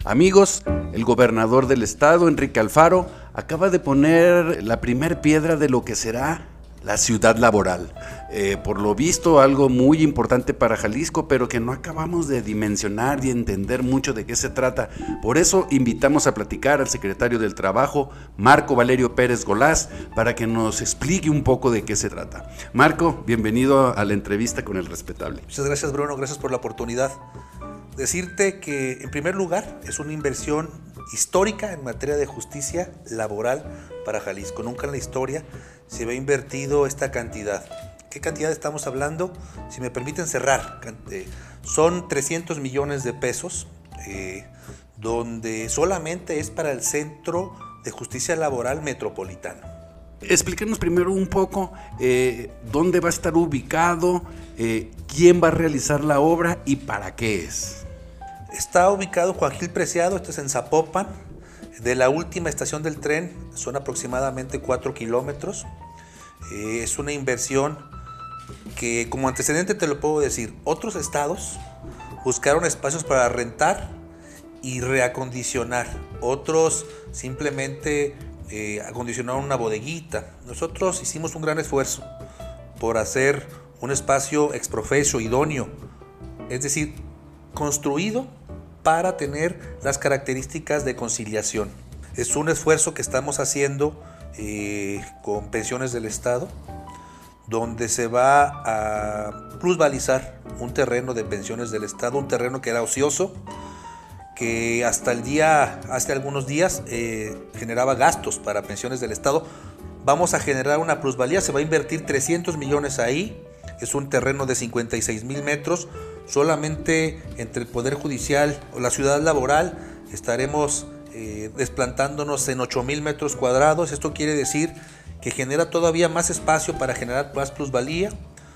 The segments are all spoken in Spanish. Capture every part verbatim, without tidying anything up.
Amigos, el gobernador del estado, Enrique Alfaro, acaba de poner la primer piedra de lo que será la ciudad laboral. Eh, por lo visto, algo muy importante para Jalisco, pero que no acabamos de dimensionar y entender mucho de qué se trata. Por eso invitamos a platicar al secretario del Trabajo, Marco Valerio Pérez Golaz, para que nos explique un poco de qué se trata. Marco, bienvenido a la entrevista con El Respetable. Muchas gracias, Bruno, gracias por la oportunidad. Decirte que, en primer lugar, es una inversión histórica en materia de justicia laboral para Jalisco. Nunca en la historia se había invertido esta cantidad. ¿Qué cantidad estamos hablando? Si me permiten cerrar, eh, son trescientos millones de pesos, eh, donde solamente es para el Centro de Justicia Laboral Metropolitano. Explíquenos primero un poco eh, dónde va a estar ubicado, eh, quién va a realizar la obra y para qué es. Está ubicado Juan Gil Preciado, esto es en Zapopan. De la última estación del tren son aproximadamente cuatro kilómetros. Eh, es una inversión que, como antecedente te lo puedo decir, otros estados buscaron espacios para rentar y reacondicionar. Otros simplemente eh, acondicionaron una bodeguita. Nosotros hicimos un gran esfuerzo por hacer un espacio ex professo idóneo, es decir, construido para tener las características de conciliación. Es un esfuerzo que estamos haciendo eh, con Pensiones del Estado, donde se va a plusvalizar un terreno de Pensiones del Estado, un terreno que era ocioso, que hasta el día, hace algunos días eh, generaba gastos para Pensiones del Estado. Vamos a generar una plusvalía, se va a invertir trescientos millones ahí. Es un terreno de cincuenta y seis mil metros. Solamente entre el Poder Judicial o la ciudad laboral estaremos eh, desplantándonos en ocho mil metros cuadrados. Esto quiere decir que genera todavía más espacio para generar más plusvalía.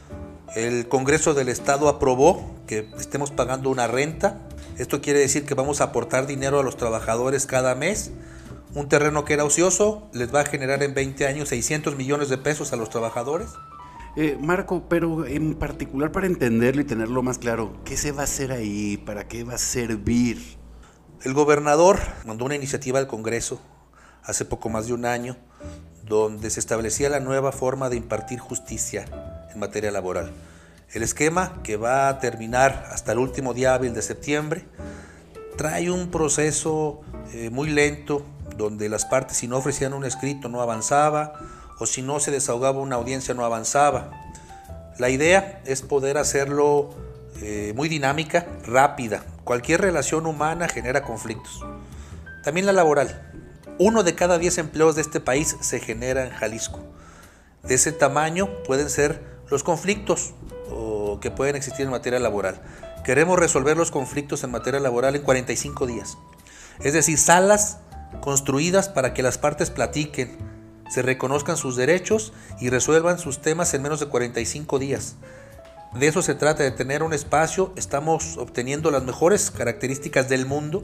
El Congreso del Estado aprobó que estemos pagando una renta. Esto quiere decir que vamos a aportar dinero a los trabajadores cada mes. Un terreno que era ocioso les va a generar en veinte años seiscientos millones de pesos a los trabajadores. Eh, Marco, pero en particular para entenderlo y tenerlo más claro, ¿qué se va a hacer ahí? ¿Para qué va a servir? El gobernador mandó una iniciativa al Congreso hace poco más de un año, donde se establecía la nueva forma de impartir justicia en materia laboral. El esquema, que va a terminar hasta el último día hábil de septiembre, trae un proceso eh, muy lento, donde las partes, si no ofrecían un escrito, no avanzaba, o si no se desahogaba una audiencia, no avanzaba. La idea es poder hacerlo eh, muy dinámica, rápida. Cualquier relación humana genera conflictos. También la laboral. Uno de cada diez empleos de este país se genera en Jalisco. De ese tamaño pueden ser los conflictos o que pueden existir en materia laboral. Queremos resolver los conflictos en materia laboral en cuarenta y cinco días. Es decir, salas construidas para que las partes platiquen, se reconozcan sus derechos y resuelvan sus temas en menos de cuarenta y cinco días. De eso se trata, de tener un espacio. Estamos obteniendo las mejores características del mundo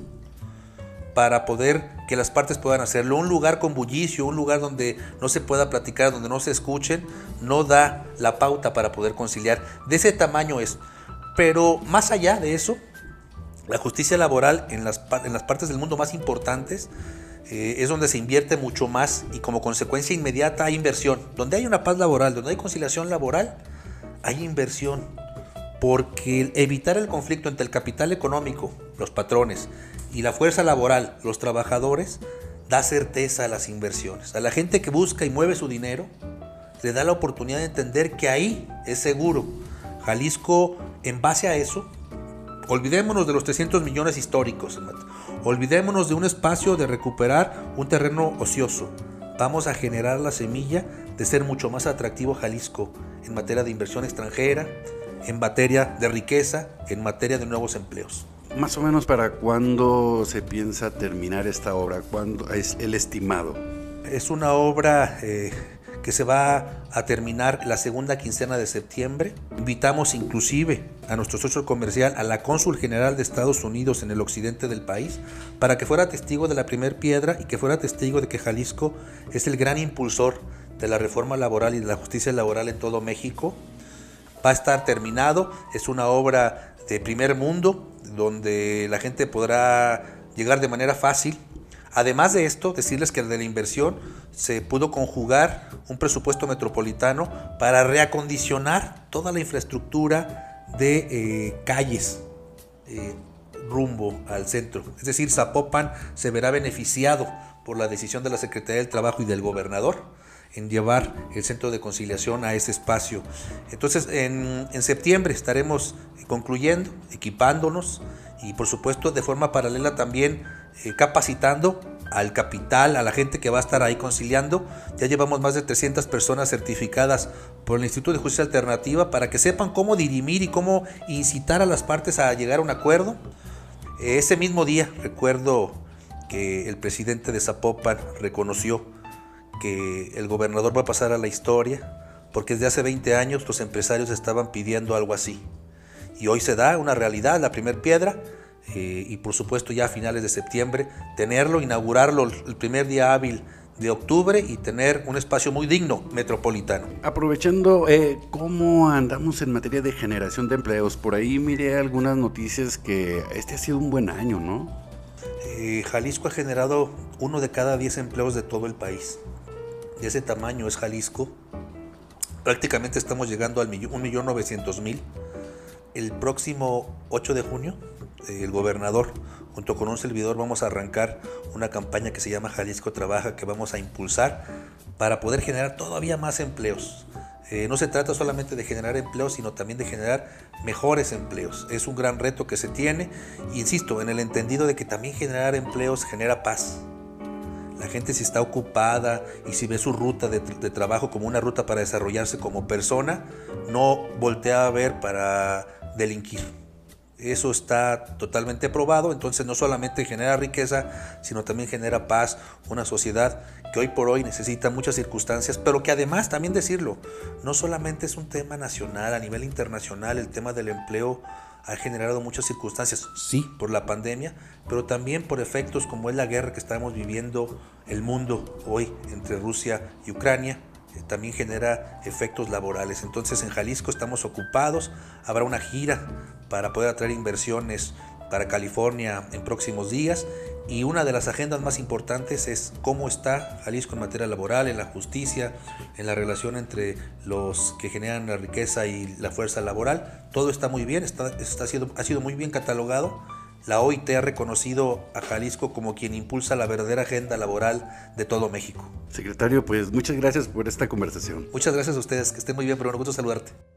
para poder que las partes puedan hacerlo. Un lugar con bullicio, un lugar donde no se pueda platicar, donde no se escuchen, no da la pauta para poder conciliar. De ese tamaño es. Pero más allá de eso, la justicia laboral en las, en las partes del mundo más importantes eh, es donde se invierte mucho más y como consecuencia inmediata hay inversión. Donde hay una paz laboral, donde hay conciliación laboral, hay inversión. Porque evitar el conflicto entre el capital económico, los patrones, y la fuerza laboral, los trabajadores, da certeza a las inversiones. A la gente que busca y mueve su dinero, le da la oportunidad de entender que ahí es seguro. Jalisco, en base a eso, olvidémonos de los trescientos millones históricos, olvidémonos de un espacio de recuperar un terreno ocioso. Vamos a generar la semilla de ser mucho más atractivo Jalisco en materia de inversión extranjera, en materia de riqueza, en materia de nuevos empleos. Más o menos, ¿para cuándo se piensa terminar esta obra? ¿Cuándo es el estimado? Es una obra eh, que se va a terminar la segunda quincena de septiembre. Invitamos inclusive a nuestro socio comercial, a la cónsul general de Estados Unidos en el occidente del país, para que fuera testigo de la primer piedra y que fuera testigo de que Jalisco es el gran impulsor de la reforma laboral y de la justicia laboral en todo México. Va a estar terminado, es una obra de primer mundo, donde la gente podrá llegar de manera fácil. Además de esto, decirles que de la inversión se pudo conjugar un presupuesto metropolitano para reacondicionar toda la infraestructura de eh, calles eh, rumbo al centro. Es decir, Zapopan se verá beneficiado por la decisión de la Secretaría del Trabajo y del gobernador en llevar el centro de conciliación a ese espacio. Entonces, en, en septiembre estaremos concluyendo, equipándonos y, por supuesto, de forma paralela también eh, capacitando al capital, a la gente que va a estar ahí conciliando. Ya llevamos más de trescientas personas certificadas por el Instituto de Justicia Alternativa para que sepan cómo dirimir y cómo incitar a las partes a llegar a un acuerdo. Ese mismo día recuerdo que el presidente de Zapopan reconoció que el gobernador va a pasar a la historia porque desde hace veinte años los empresarios estaban pidiendo algo así. Y hoy se da una realidad, la primer piedra, eh, y por supuesto ya a finales de septiembre tenerlo, inaugurarlo el primer día hábil de octubre y tener un espacio muy digno metropolitano. Aprovechando, eh, ¿cómo andamos en materia de generación de empleos? Por ahí miré algunas noticias que este ha sido un buen año, ¿no? Eh, Jalisco ha generado uno de cada diez empleos de todo el país. De ese tamaño es Jalisco. Prácticamente estamos llegando al un millón novecientos mil. El próximo ocho de junio, eh, el gobernador, junto con un servidor, vamos a arrancar una campaña que se llama Jalisco Trabaja, que vamos a impulsar para poder generar todavía más empleos. Eh, no se trata solamente de generar empleos, sino también de generar mejores empleos. Es un gran reto que se tiene, insisto, en el entendido de que también generar empleos genera paz. La gente, si está ocupada y si ve su ruta de, de trabajo como una ruta para desarrollarse como persona, no voltea a ver para delinquir. Eso está totalmente probado. Entonces no solamente genera riqueza, sino también genera paz, una sociedad que hoy por hoy necesita muchas circunstancias, pero que además, también decirlo, no solamente es un tema nacional, a nivel internacional el tema del empleo ha generado muchas circunstancias, sí, por la pandemia, pero también por efectos como es la guerra que estamos viviendo el mundo hoy entre Rusia y Ucrania. También genera efectos laborales. Entonces en Jalisco estamos ocupados, habrá una gira para poder atraer inversiones para California en próximos días, y una de las agendas más importantes es cómo está Jalisco en materia laboral, en la justicia, en la relación entre los que generan la riqueza y la fuerza laboral. Todo está muy bien, está, está sido, ha sido muy bien catalogado. La O I T ha reconocido a Jalisco como quien impulsa la verdadera agenda laboral de todo México. Secretario, pues muchas gracias por esta conversación. Muchas gracias a ustedes, que estén muy bien, pero me gusta saludarte.